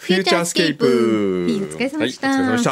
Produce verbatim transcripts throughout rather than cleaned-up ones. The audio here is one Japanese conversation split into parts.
フューチャースケープ。 いいお疲れ様でした。 はい、お疲れ様でした。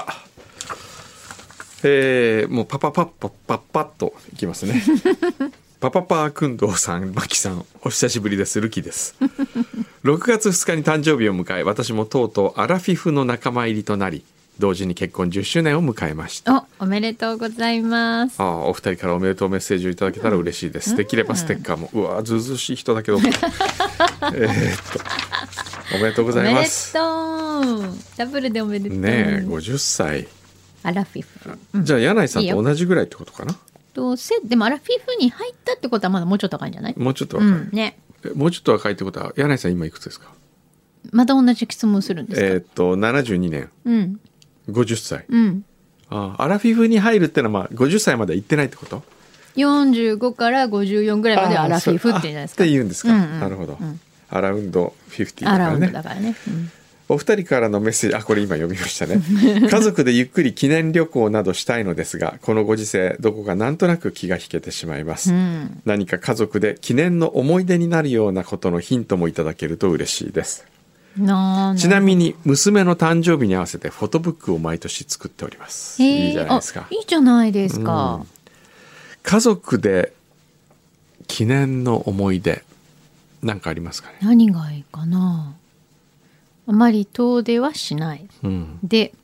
えー、もうパパパッパッパッパッといきますね。パパパーくんどうさん、マキさん、お久しぶりです。ルキです。ろくがつふつかに誕生日を迎え、私もとうとうアラフィフの仲間入りとなり、同時に結婚じゅっしゅうねんを迎えました。 お、おめでとうございます。 あ、お二人からおめでとうメッセージをいただけたら嬉しいです。うん、できればステッカーも。うわ、ずうずうしい人だけど。えーっとおめでとうございます。 おめでとう。ダブルでおめでとう。 ねえ、ごじゅっさい。 アラフィフ。うん、 じゃあ柳井さんと同じぐらいってことかな。 とせでもアラフィフに入ったってことはまだもうちょっと若いんじゃない？ もうちょっと若い、うん、 ね。 もうちょっと若いってことは柳井さん今いくつですか？ また同じ質問するんですか？ えー、っとななじゅうにねん、うん、ごじゅっさい、 うん、 あアラフィフに入るってのはまあごじゅっさいまで行ってないってこと？ よんじゅうごからごじゅうよんぐらいまではアラフィフって言うんじゃないですか？ って言うんですか、 うんうん、 なるほど、 うん、 アラウンドフィフティーだからね。 アラウンドだからね、うん、 お二人からのメッセージ、あこれ今読みましたね。家族でゆっくり記念旅行などしたいのですが、このご時世どこかなんとなく気が引けてしまいます、うん、何か家族で記念の思い出になるようなことのヒントもいただけると嬉しいです。 なちなみに娘の誕生日に合わせてフォトブックを毎年作っております。いいじゃないですか。 いいじゃないですか、 うん、家族で記念の思い出なんかありますかね？ 何がいいかな。あまり遠出はしない、うん、で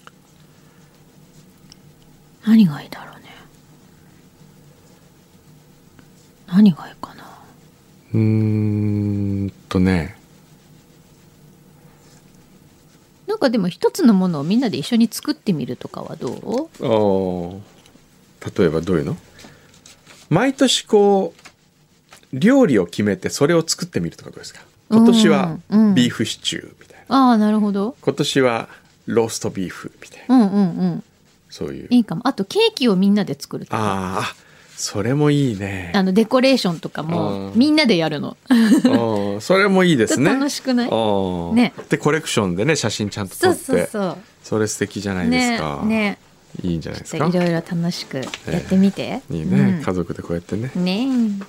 何がいいだろうね。何がいいかな。 うーんとねなんかでも一つのものをみんなで一緒に作ってみるとかはどう？ あ例えばどういうの？毎年こう料理を決めてそれを作ってみるとかどうですか？今年はビーフシチューみたいな、 うんうん、ああなるほど。 今年はローストビーフみたいな、 うんうんうん、 そういういいかも。あとケーキをみんなで作るとか。 ああそれもいいね。 あのデコレーションとかもみんなでやるの。 それもいいですね。 楽しくない？ ね。でコレクションでね写真ちゃんと撮って、 そうそうそう、 それ素敵じゃないですか。ね。ねいいんじゃないですか。 いろいろ楽しくやってみて。 えー、いいね、うん、家族でこうやってね。 ね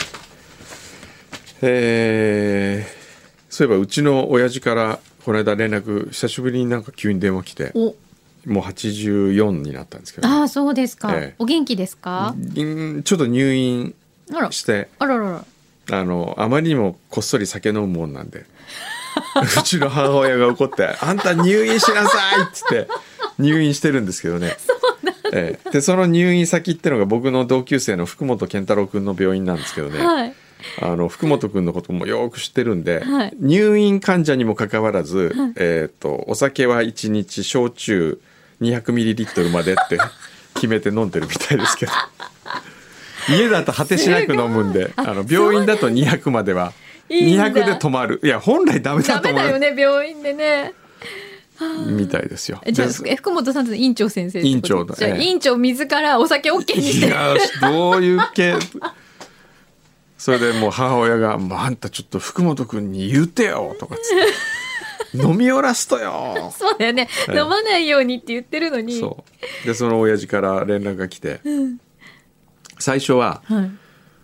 えー、そういえばうちの親父からこの間連絡久しぶりになんか急に電話来て。おもうはちじゅうよんになったんですけど、ね、 ああそうですか、ええ、お元気ですか？ ちょっと入院してあらあららあのあまりにもこっそり酒飲むもんなんでうちの母親が怒ってあんた入院しなさいっつって入院してるんですけどね。 そうなんです、 ええ、でその入院先ってのが僕の同級生の福本健太郎くんの病院なんですけどね、はい、あの福本くんのこともよく知ってるんで、はい、入院患者にもかかわらず、はいえー、とお酒はいちにち焼酎にひゃくミリリットル までって決めて飲んでるみたいですけど家だと果てしなく飲むんであの病院だとにひゃくまではいにひゃくで止まる。いや本来ダメだと思う。 ダメだよね病院でねみたいですよ。 じゃあ福本さんと院長先生院長だ、 じゃあ、ええ、院長自らお酒 OK にして。 いやどういう系それでもう母親が、まあ、あんたちょっと福本君に言うてよとかつって飲みおらすとよそうだよね、ええ、飲まないようにって言ってるのに。 そうでその親父から連絡が来て、うん、最初は、はい、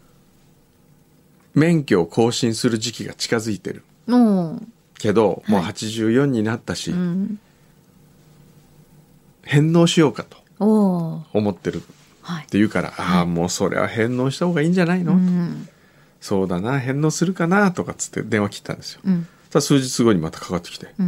免許を更新する時期が近づいてる、うん、けど、はい、もうはちじゅうよんになったし、うん、返納しようかと思ってるって言うから、はい、ああもうそれは返納した方がいいんじゃないの、うん、そうだな返納するかなとかっつって電話切ったんですよ、うん、ただ数日後にまたかかってきて、うん、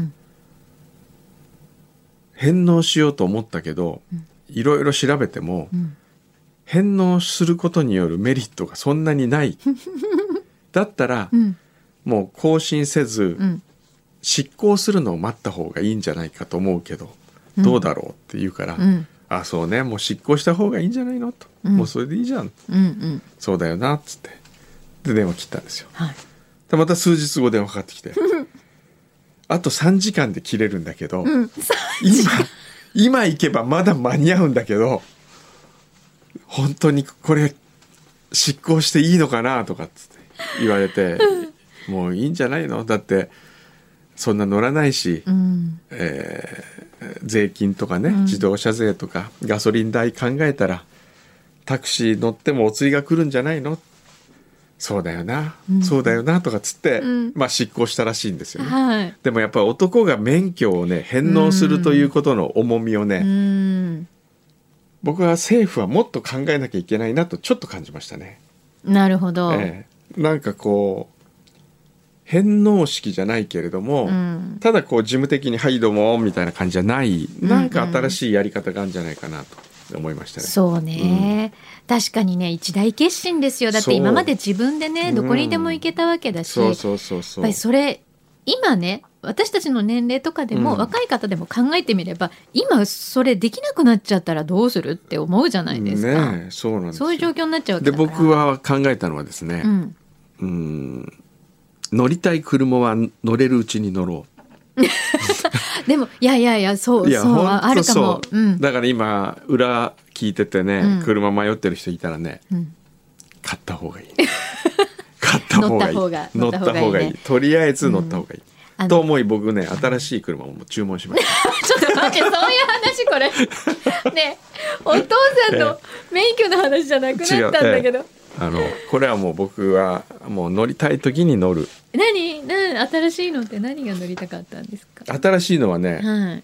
返納しようと思ったけど、うん、いろいろ調べても、うん、返納することによるメリットがそんなにないだったら、うん、もう更新せず、うん、執行するのを待った方がいいんじゃないかと思うけど、うん、どうだろうって言うから、うんあそうねもう執行した方がいいんじゃないのと、うん、もうそれでいいじゃん、うんうん、そうだよなっつってで電話切ったんですよ、はい、でまた数日後電話かかってきてあとさんじかんで切れるんだけど、うん、今今行けばまだ間に合うんだけど本当にこれ執行していいのかなとかっつって言われてもういいんじゃないのだってそんな乗らないし、うんえー、税金とかね、うん、自動車税とかガソリン代考えたらタクシー乗ってもお釣りが来るんじゃないのそうだよな、 うん、 そうだよなとかつって、 うん、 まあ執行したらしいんですよね、 はい、 でもやっぱり男が免許をね返納するということの重みをね、 うん、 僕は政府はもっと考えなきゃいけないなとちょっと感じましたね。 なるほど、 ええ、なんかこう返納式じゃないけれども、うん、ただこう事務的にはいどうもみたいな感じじゃない、なんか新しいやり方があるんじゃないかなと思いましたね。 そうね、うん、確かにね一大決心ですよ。だって今まで自分でねどこにでも行けたわけだし、 そうそうそうそう、 やっぱりそれ今ね私たちの年齢とかでも、うん、若い方でも考えてみれば今それできなくなっちゃったらどうするって思うじゃないですか、 ね、そうなんですよ。 そういう状況になっちゃうわけだから。 で僕は考えたのはですね、うん、うーん乗りたい車は乗れるうちに乗ろうでもいやいやいやそういやそうあるかも、 うん、だから今裏聞いててね、うん、車迷ってる人いたらね、うん、買った方がいい買った方がいい乗った方が乗った方がいい、ね、とりあえず乗った方がいい、うん、と思い僕ね新しい車も注文しましたちょっと待ってそういう話これねお父さんの免許の話じゃなくなったんだけど、ええあのこれはもう僕はもう乗りたい時に乗る。 何何新しいのって何が乗りたかったんですか？ 新しいのはね、はい、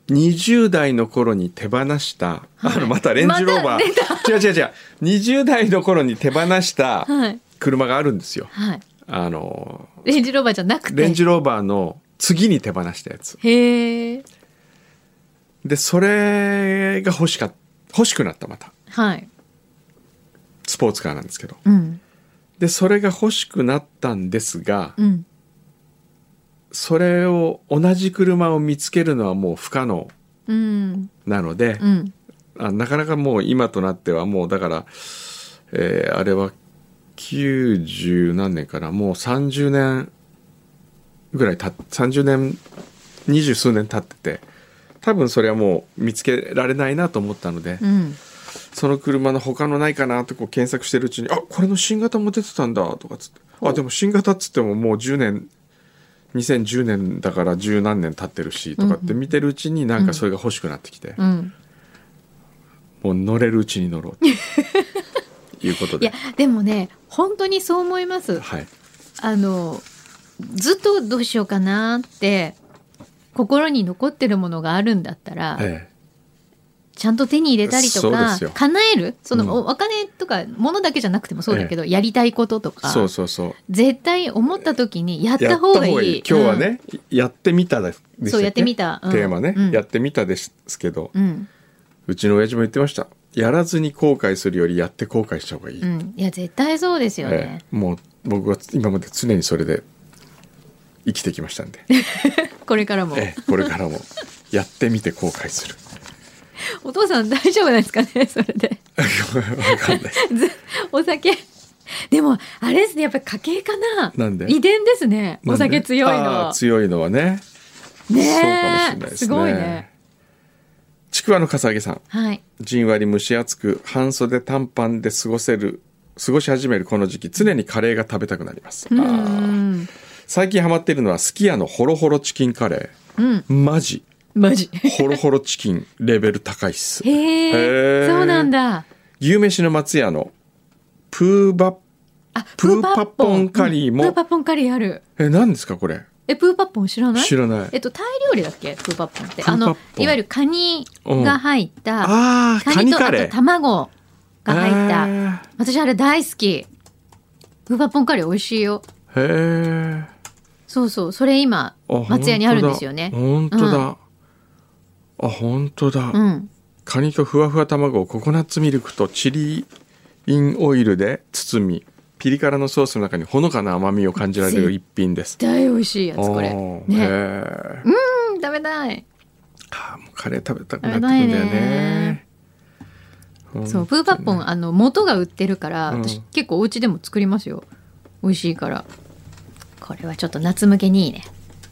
にじゅう代の頃に手放した、はい、あのまたレンジローバー、ま、違う違う違うにじゅう代の頃に手放した車があるんですよ、はい、あのレンジローバーじゃなくてレンジローバーの次に手放したやつ。 へー。 でそれが欲しか欲しくなったまた、はい、スポーツカーなんですけど、うん、でそれが欲しくなったんですが、うん、それを同じ車を見つけるのはもう不可能なので、うん、あなかなかもう今となってはもうだから、えー、あれはきゅうじゅう何年かな、もうさんじゅうねんぐらいたさんじゅうねん二十数年経ってて多分それはもう見つけられないなと思ったので、うん、その車の他のないかなとこう検索してるうちにあこれの新型も出てたんだとかつってあでも新型っつってももうじゅうねんにせんじゅうねんだから十何年経ってるしとかって見てるうちになんかそれが欲しくなってきて、うん、もう乗れるうちに乗ろうということで。 いやでもね本当にそう思います、はい、あのずっとどうしようかなって心に残ってるものがあるんだったら、ええ、ちゃんと手に入れたりとか叶えるその、うん、お金とか物だけじゃなくてもそうだけど、ええ、やりたいこととかそうそうそう絶対思った時にやった方がいい。いい今日はね、うん、やってみたでしたっけ、 そうやってみた、 うん、テーマね、うん、やってみたですけど、うん、うちの親父も言ってました。やらずに後悔するよりやって後悔した方がいい、うん、 いや絶対そうですよね、 ええ、もう僕は今まで常にそれで生きてきましたんでこれからも、 ええ、これからもやってみて後悔するお父さん大丈夫なんですかねそれでわかんないお酒でもあれですねやっぱり家系かな。なんで遺伝ですねお酒強いの。 あ強いのはねねそうかもしれないですね。 すごいね。 ちくわのかさあげさん、 はい、 じんわり蒸し暑く半袖短パンで過ごせる過ごし始めるこの時期常にカレーが食べたくなります。あ最近ハマっているのはすき家のホロホロチキンカレー、うん、マジマジホロホロチキンレベル高いっす。 へーそうなんだ。 牛飯の松屋のプーバあプーパッポンカリーも、 うん、プーパッポンカリーある。 え何ですかこれ。 えプーパッポン知らない？ 知らない。 えっとタイ料理だっけプーパッポンって。あのいわゆるカニが入った、うん、 あカニとあと卵が入った私あれ大好き。プーパッポンカリー美味しいよ。 へえ。 そうそうそれ今松屋にあるんですよね。 本当だ、うん、あ本当だ、うん、カニとふわふわ卵をココナッツミルクとチリインオイルで包みピリ辛のソースの中にほのかな甘みを感じられる一品です。 絶対美味しいやつこれ、ね、うん食べたい。 あもうカレー食べたくなってくるんだよね。 そうプーパッポンあの元が売ってるから、うん、私結構お家でも作りますよ。美味しいから。これはちょっと夏向けにいいね。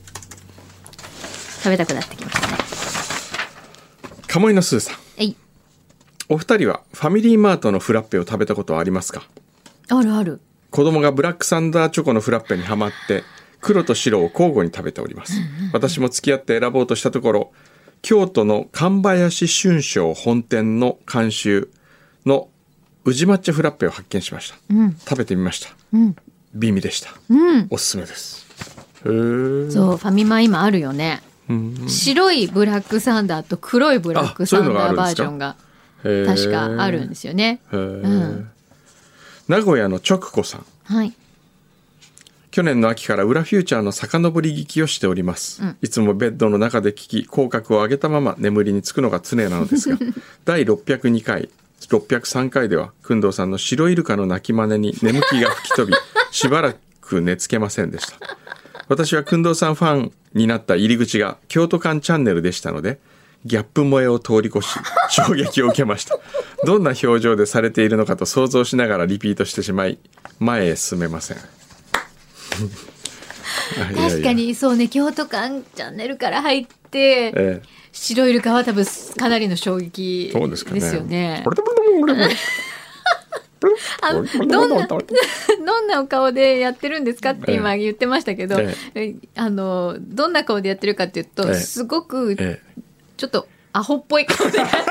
食べたくなってきましたね。 鴨居のスーさん、 えいお二人はファミリーマートのフラッペを食べたことはありますか？ あるある。 子供がブラックサンダーチョコのフラッペにハマって黒と白を交互に食べております、うんうん、私も付き合って選ぼうとしたところ京都の神林春章本店の監修の宇治抹茶フラッペを発見しました、うん、食べてみました、うん、美味でした、うん、おすすめです。へー、 そうファミマ今あるよね、うんうん、白いブラックサンダーと黒いブラックサンダーバージョンが確かあるんですよね。へー、うん、 名古屋の直子さん、はい、去年の秋から裏フューチャーの遡り聞きをしております、うん、いつもベッドの中で聞き口角を上げたまま眠りにつくのが常なのですがだいろっぴゃくにかいろっぴゃくさんかいでは工藤さんの白イルカの鳴き真似に眠気が吹き飛びしばらく寝つけませんでした。私は工藤さんファンになった入り口が京都館チャンネルでしたのでギャップ萌えを通り越し衝撃を受けました。どんな表情でされているのかと想像しながらリピートしてしまい前へ進めません確かにそうね、京都館チャンネルから入って、ええ、白イルカは多分かなりの衝撃ですよね。あどんなどんなお顔でやってるんですかって今言ってましたけど、ええ、あのどんな顔でやってるかっていうと、ええ、すごくちょっとアホっぽい顔でやって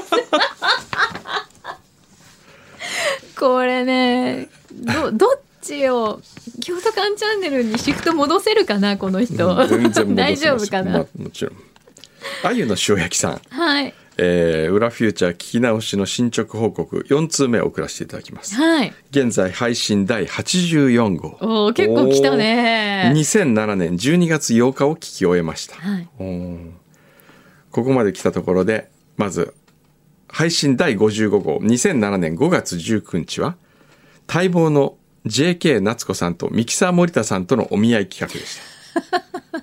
ますこれね ど, どっちを京都館チャンネルにシフト戻せるかなこの人、うん、全然大丈夫かな、まあ、 もちろん。あゆの塩焼きさん、 はい、 えー、裏フューチャー聞き直しの進捗報告よん通目を送らせていただきます、 はい、 現在配信だいはちじゅうよん号。 お結構来たね。 にせんななねんじゅうにがつようかを聞き終えました、はい、おここまで来たところでまず配信だいごじゅうご号にせんななねんごがつじゅうくにちは待望の ジェーケー 夏子さんとミキサー森田さんとのお見合い企画でした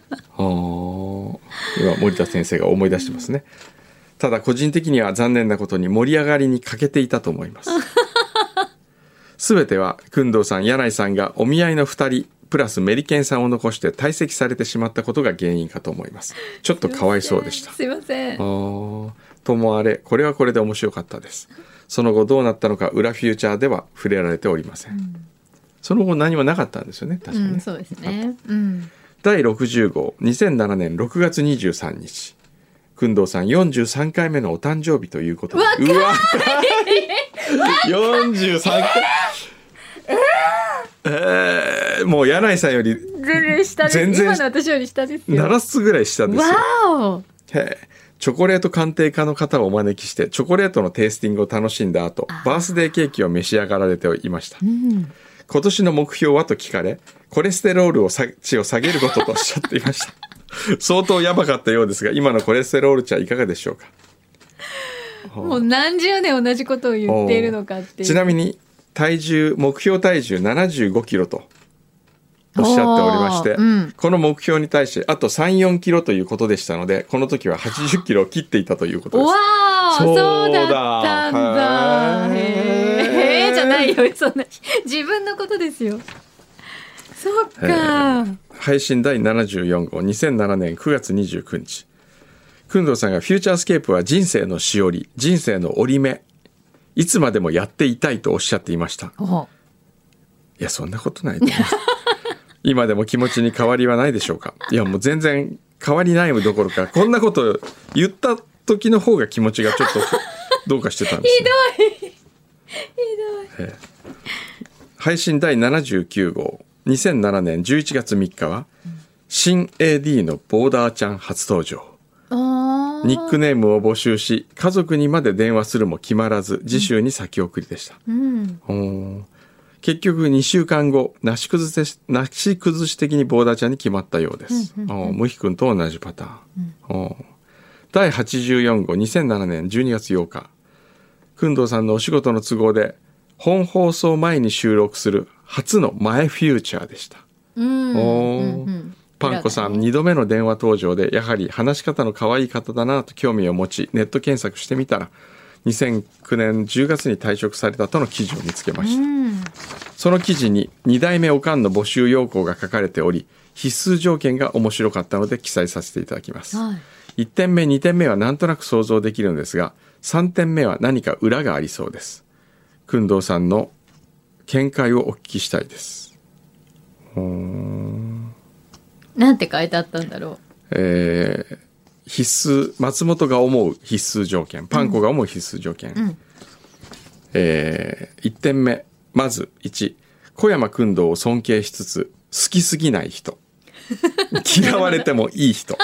今森田先生が思い出してますね。ただ個人的には残念なことに盛り上がりに欠けていたと思います。すべては工藤さん柳井さんがお見合いのふたりプラスメリケンさんを残して退席されてしまったことが原因かと思います。ちょっとかわいそうでした。 すいません。あともあれこれはこれで面白かったです。その後どうなったのか裏フューチャーでは触れられておりません、うん、その後何もなかったんですよね確かね、 うん、そうですね、うん、 だいろくじゅう号にせんななねんろくがつにじゅうさんにち工藤さんよんじゅうさんかいめのお誕生日ということで若い、うわよんじゅうさんかいえー、えー、もう柳井さんより全然下です。全然今の私より下ですよ。 ななつぐらい下ですよ。 わお。 へーチョコレート鑑定家の方をお招きしてチョコレートのテイスティングを楽しんだ後バースデーケーキを召し上がられていました、うん、今年の目標はと聞かれコレステロールを値を下げることとおっしゃっていました相当やばかったようですが今のコレステロール値はいかがでしょうか。 もう何十年同じことを言っているのかっていう。 ちなみに体重目標体重ななじゅうごキロとおっしゃっておりまして、うん、この目標に対してあと さん,よん キロということでしたのでこの時ははちじゅっキロを切っていたということです。 わーそうだったんだ。へーじゃないよそんな自分のことですよ。そっか。 配信だいななじゅうよん号にせんななねんくがつにじゅうくにち工藤さんがフューチャースケープは人生のしおり人生の折り目いつまでもやっていたいとおっしゃっていました。いやそんなことないと思います今でも気持ちに変わりはないでしょうか。いやもう全然変わりないどころかこんなこと言った時の方が気持ちがちょっとどうかしてたんです、 ね、ひどいひどい、えー、 配信だいななじゅうきゅう号にせんななねんじゅういちがつみっかは、うん、新 エーディー のボーダーちゃん初登場。ニックネームを募集し家族にまで電話するも決まらず次週に先送りでした、うんうん、結局にしゅうかんごなし崩し、なし崩し的にボーダーちゃんに決まったようです、うんうんうん、ムヒ君と同じパターン、うん、だいはちじゅうよん号にせんななねんじゅうにがつようか工藤さんのお仕事の都合で本放送前に収録する初の前フューチャーでした、うんおうんうんパンコさんにどめの電話登場でやはり話し方の可愛い方だなと興味を持ちネット検索してみたらにせんきゅうねんじゅうがつに退職されたとの記事を見つけました、うん、その記事にに代目おかんの募集要項が書かれており必須条件が面白かったので記載させていただきます、はい、いってんめにてんめはなんとなく想像できるんですがさんてんめは何か裏がありそうです。工藤さんの見解をお聞きしたいです。うーんなんて書いてあったんだろう、 えー、必須松本が思う必須条件パンコが思う必須条件、うんえー、いってんめ、まずいち、小山君堂を尊敬しつつ好きすぎない人嫌われてもいい人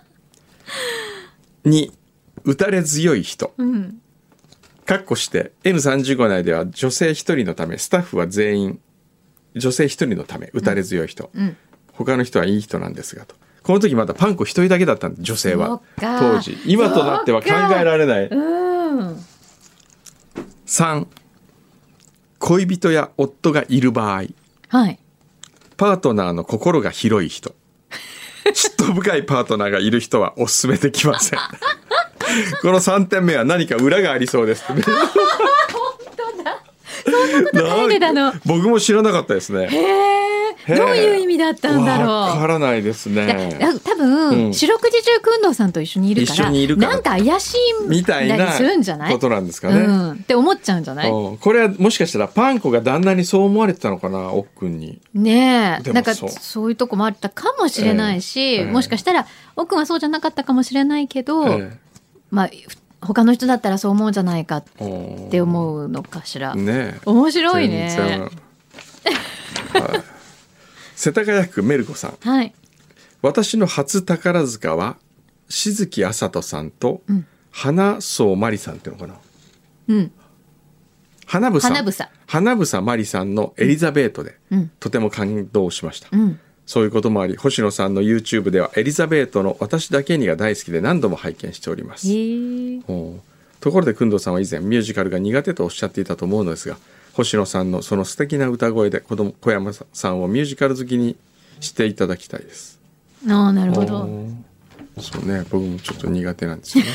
に、打たれ強い人、うん、かっこして エヌさんじゅうご 内では女性ひとりのため、スタッフは全員女性ひとりのため打たれ強い人、うんうん、他の人はいい人なんですがと。この時まだパンコひとりだけだったんで、女性は当時。今となっては考えられない。うん、さん、恋人や夫がいる場合、はい、パートナーの心が広い人嫉妬深いパートナーがいる人はお勧めできませんこのさんてんめは何か裏がありそうです本当だ、そんなこと書いてたの僕も知らなかったですね。 へー、どういう意味だったんだろう。 わからないですね。 多分、うん、四六時中工藤さんと一緒にいるから、 一緒にいるからなんか怪しいみたいなするんじゃないことなんですかね、うん、 って思っちゃうんじゃない。 これはもしかしたらパンコが旦那にそう思われてたのかな、奥君に。 ねえ、なんかそういうとこもあったかもしれないし、えーえー、もしかしたら奥君はそうじゃなかったかもしれないけど、えー、まあ他の人だったらそう思うんじゃないかって思うのかしら。ね、面白いね。 はい、世田谷区メルコさん、はい、私の初宝塚は静木あさとさんと、うん、花荘まりさんっていうのかな、うん、花房花房花房まりさんのエリザベートで、うん、とても感動しました、うん、そういうこともあり星野さんの YouTube ではエリザベートの私だけにが大好きで何度も拝見しております。ところで工藤さんは以前ミュージカルが苦手とおっしゃっていたと思うのですが、星野さんのその素敵な歌声で子供小山さんをミュージカル好きにしていただきたいです。 ああ、なるほど。 そうね、僕もちょっと苦手なんですよね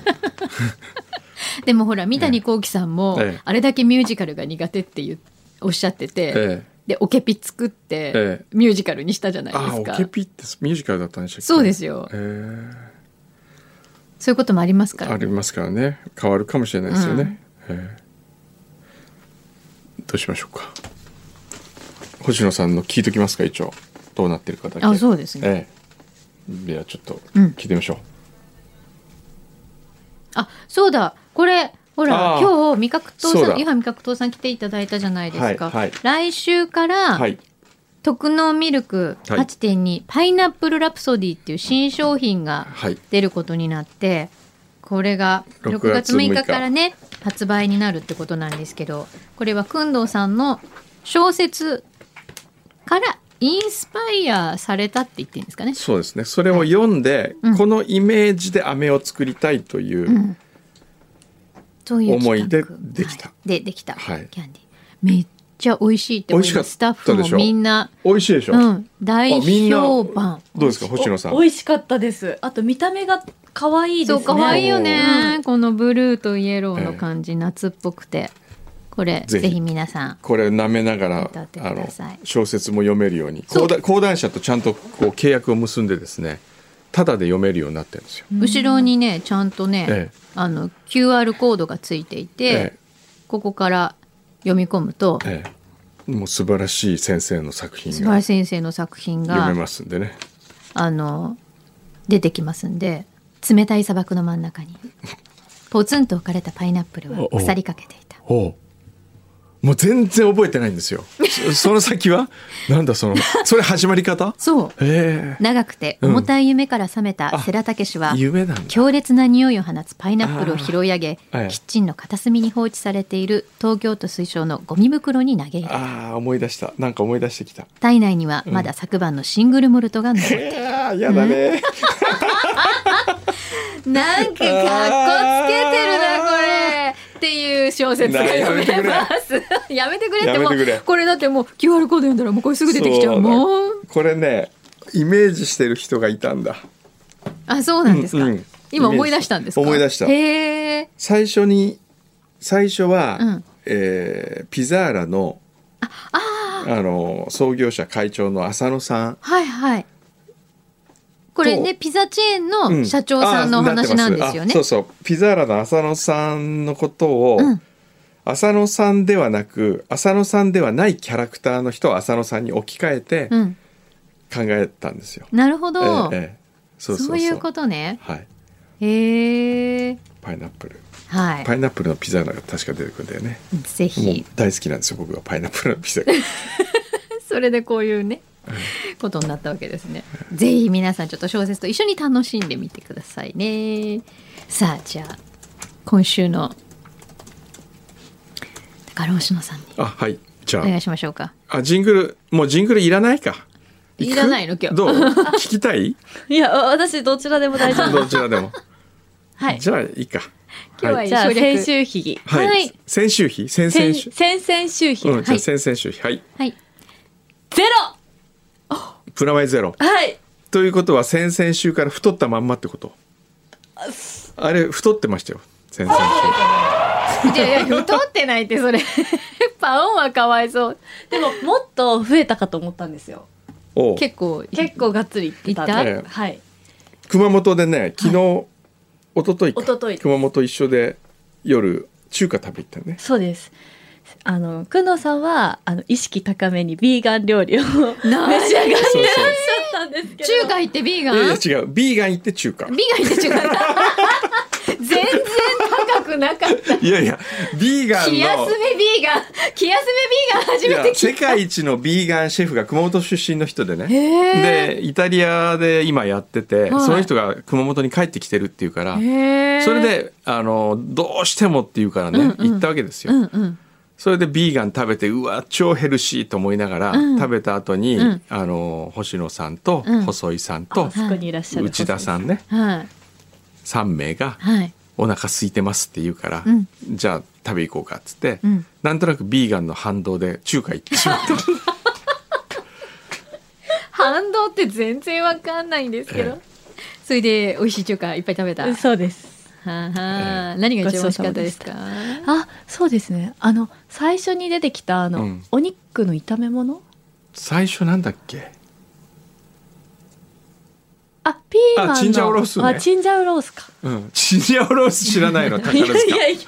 でもほら三谷幸喜さんも、ええ、あれだけミュージカルが苦手って言おっしゃってて、ええ、でオケピ作って、ええ、ミュージカルにしたじゃないですか。 あ、オケピってミュージカルだったんでしたっけ。 そうですよ、ええ、そういうこともありますから、ね、 ありますからね、変わるかもしれないですよね、うん、ええ、どうしましょうか。星野さんの聞いときますか、一応どうなってるかだけ。 あ、そうですね、 ええ、ではちょっと聞いてみましょう、うん、 あ、そうだ、これほら今日味覚糖さん、湯葉味覚糖さん来ていただいたじゃないですか、はいはい、来週から、はい、特納ミルク はちてんに、はい、パイナップルラプソディっていう新商品が出ることになって、はい、これがろくがつむいかからね発売になるってことなんですけど、これは工藤さんの小説からインスパイアされたって言っていいんですかね。 そうですね、それを読んで、はい、このイメージで飴を作りたいという、うん、という思いでできた、はい、 でできた、はい、キャンディーめっちゃ美味しいって思います。スタッフもみんな美味しいでしょ、 うん、大評判。 どうですか星野さん。 美味しかったです。あと見た目が可愛いですね。 そう、可愛いよね、うん、このブルーとイエローの感じ、えー、夏っぽくて、これぜ ひ, ぜひ皆さんこれ舐めながらあの小説も読めるように、講談、講談社とちゃんとこう契約を結んでですね、タダで読めるようになってるんですよ。 後ろにねちゃんとね、ええ、あの キューアール コードがついていて、ええ、ここから読み込むと、ええ、もう素晴らしい先生の作品が素晴らしい先生の作品が読めますんでね、 あの出てきますんで、冷たい砂漠の真ん中にポツンと置かれたパイナップルは腐りかけていた。おお、 もう全然覚えてないんですよそ, その先はなんだそのそれ始まり方。 そう、長くて重たい夢から覚めた世良武氏は、夢なんだ、強烈な匂いを放つパイナップルを拾い上げ、キッチンの片隅に放置されている東京都推奨のゴミ袋に投げ入れた。 あ、思い出した、なんか思い出してきた。 体内にはまだ昨晩のシングルモルトが残っている、うん、 やだねなんかかっこつけてるなこれっていう小説が読めますやめてくれってもうこれだってもう キューアール コード読んだらもうこれすぐ出てきちゃうもん。 これねイメージしてる人がいたんだ。 あ、そうなんですか、うんうん、今思い出したんですか。 思い出した。 へー。 最初に最初は、うん、えー、ピザーラの あ, あ, あの創業者会長の浅野さん、 はいはい、これねピザチェーンの社長さんのお話なんですよね、 うん、そうそう、ピザーラの浅野さんのことを、うん、浅野さんではなく浅野さんではないキャラクターの人を浅野さんに置き換えて考えたんですよ、 うん、なるほど、 ええええ、そうそうそう、 そういうことね、 はい、 へえ。 パイナップル、 はい、 パイナップルのピザが確か出てくるんだよね。 ぜひ。 もう大好きなんですよ僕はパイナップルのピザそれでこういうね、うん、ことになったわけですね。ぜひ皆さんちょっと小説と一緒に楽しんでみてくださいね。さあじゃあ今週の高郎星野さんにあ、はい、じゃあお願いしましょうか。 あ、ジングルもうジングルいらないか。 いらないの今日。 どう聞きたい？ いや私どちらでも大丈夫。 どちらでも。 はい。 じゃあいいか。 今日はじゃあ先週比。 はい。はい、先週比、先々週。 先々週比。 うん、じゃあ先々週比。はい。 はい。 ゼロ。 プラマイゼロ。 はい。 ということは先々週から太ったまんまってこと。あれ太ってましたよ。先々週。 いやいや太ってないってそれ。パオンはかわいそう。 でももっと増えたかと思ったんですよ。 結構結構がっつりいった。 ええ、 はい。 熊本でね昨日、はい、一昨日か。 一昨日熊本一緒で夜中華食べ行ったね。 そうです。あの工藤さんはあの意識高めにビーガン料理を召し上がっていらっしゃったんですけど。 中華行ってビーガン？ いやいや違う。ビーガン行って中華。 ビーガン行って中華。全然高くなかった。 いやいやビーガンの気休めビーガン気休めビーガン初めて聞いた。 世界一のビーガンシェフが熊本出身の人でね。でイタリアで今やってて、はい、その人が熊本に帰ってきてるっていうから、それであのどうしてもっていうからね、うんうん、行ったわけですよ、うんうん、それでビーガン食べてうわ超ヘルシーと思いながら、うん、食べた後に、うん、あの星野さんと細井さんと、 うん、 内田さんね、はい、さんめいが、はいお腹空いてますって言うから、うん、じゃあ食べ行こうかっつって、うん、なんとなくビーガンの反動で中華行ってしまった反動って全然わかんないんですけど、ええ、それで美味しい中華いっぱい食べた。 そうです。 はあはあ、ええ、何が一番美味しかったですか？ あ、そうですね。あの最初に出てきたあの、うん、お肉の炒め物。 最初なんだっけ？ あ、ピーマンのあチンジャオロースね。 あ、チンジャオロースか。 うん、チンジャオロース知らないの宝塚。いやいや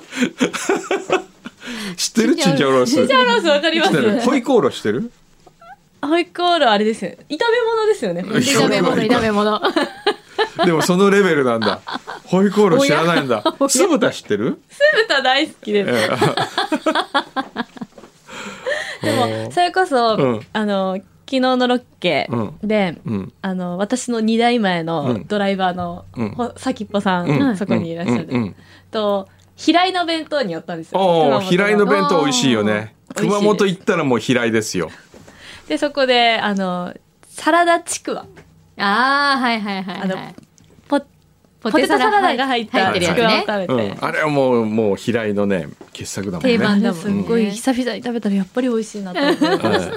知ってるチンジャオロース。 チンジャオロースわかります。 ホイコーロー知ってる？ ホイコーローあれですよ。炒め物ですよね。 炒め物炒め物。 でもそのレベルなんだ。ホイコーロー知らないんだ。酢豚知ってる？ 酢豚大好きです。でもそれこそ、うん、あの。昨日のロッケで、うん、あの私のにだいまえのドライバーの、うん、先っぽさん、うん、そこにいらっしゃる、うん、と平井の弁当に寄ったんですよ。 お平井の弁当美味しいよね。熊本行ったらもう平井ですよ。 でそこであのサラダちくわ、 あーはいはいはい、はい、あのポポテトサラダが入ったちくわを食べて、 うん、あれはもうもう平井のね傑作だもんね。 定番だもんね。すごい久々に食べたらやっぱり美味しいなと思いました。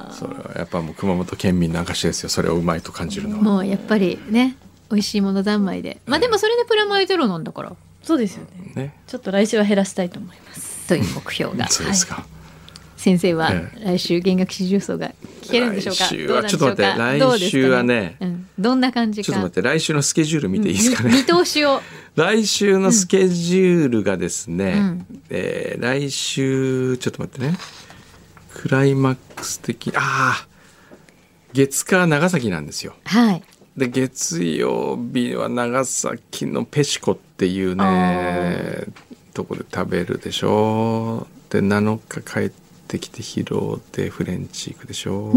それはやっぱもう熊本県民の証ですよ。それをうまいと感じるのは。 もうやっぱりね美味しいもの三昧で、まあでもそれでプラマイゼロなんだから、 そうですよね。ね、ちょっと来週は減らしたいと思いますという目標が。 そうですか。 はい、先生は来週弦楽四重奏が聞けるんでしょうか。 来週はちょっと待って、来週はね、 うん、どんな感じか。 ちょっと待って、来週のスケジュール見ていいですかね。 見通しを。 来週のスケジュールがですね、うんえー、来週ちょっと待ってね、クライマックス的、ああ月火長崎なんですよ。 はい。 で月曜日は長崎のペシコっていうねとこで食べるでしょ。でなのか帰ってきて疲労でフレンチ行くでしょ。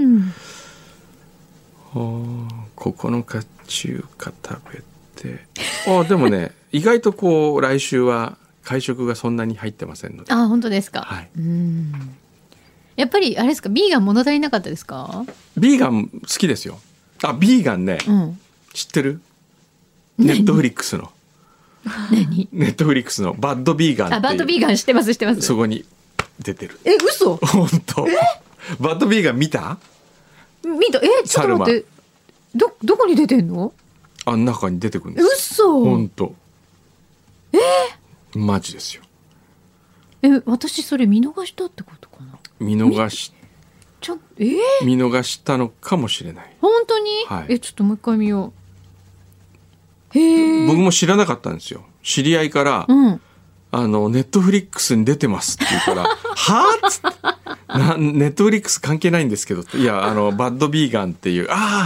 ここのか中華食べて、あでもね意外とこう来週は会食がそんなに入ってませんので。 あ本当ですか。 はい、 うんやっぱりあれですか、ビーガン物足りなかったですか？ ビーガン好きですよ。あビーガンね、うん、知ってる？ネットフリックスの何？ ネットフリックスのバッドビーガンっていう。 あバッドビーガン知ってます知ってます。 そこに出てる。 え嘘？ 本当。バッドビーガン見た？ 見た。えちょっと待って、どどこに出てんの？ あん中に出てくるんです。 嘘？ 本当。えー、マジですよ。 え私それ見逃したってことかな。 見逃しちょ、えー、 見逃したのかもしれない。 本当に、はい、えちょっともう一回見よう。へ僕も知らなかったんですよ。知り合いから、うん、あのネットフリックスに出てますって言うからはぁっつってなネットフリックス関係ないんですけどって、いやあのバッドビーガンっていう、ああ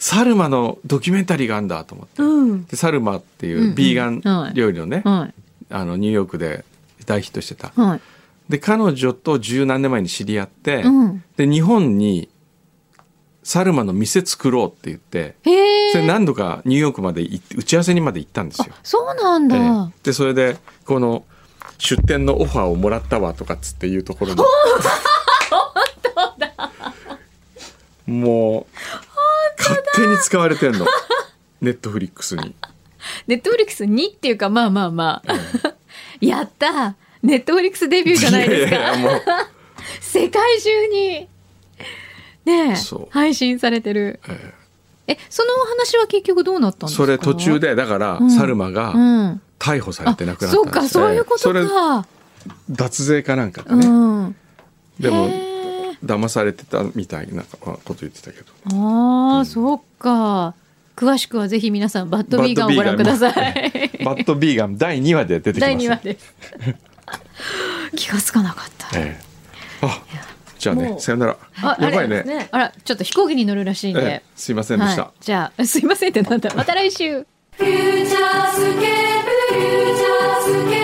サルマのドキュメンタリーがあるんだと思って、うん、でサルマっていうビーガン料理のね、うんうんはい、あのニューヨークで大ヒットしてた、はい、で彼女と十何年前に知り合って、うん、で日本にサルマの店作ろうって言って、それ何度かニューヨークまで行って打ち合わせにまで行ったんですよ。 そうなんだ、えー、 でそれでこの出店のオファーをもらったわとかっつっていうところに本当だもう勝手に使われてんのネットフリックスにネットフリックスにっていうかまあまあまあ、うん、やったネットフリックスデビューじゃないですか。いやいやもう世界中にね配信されてる、ええ、えそのお話は結局どうなったんですか。 それ途中でだから、うん、サルマが逮捕されて亡くなったんです、 うん、そうかそういうことか、ええ、それ脱税かなんかでね、うん、でも騙されてたみたいなこと言ってたけど、 ああ、うん、そうか。詳しくはぜひ皆さんバッドビーガンをご覧ください。 バッドビーガンだいにわで出てきます。だいにわです気がつかなかった、 ええ、あじゃあね、さよなら。 あやばい ね, ねあらちょっと飛行機に乗るらしいんで、ええ、 すいませんでした、 はい、じゃあすいませんってなんだまた来週フューチャースケープフューチャースケープ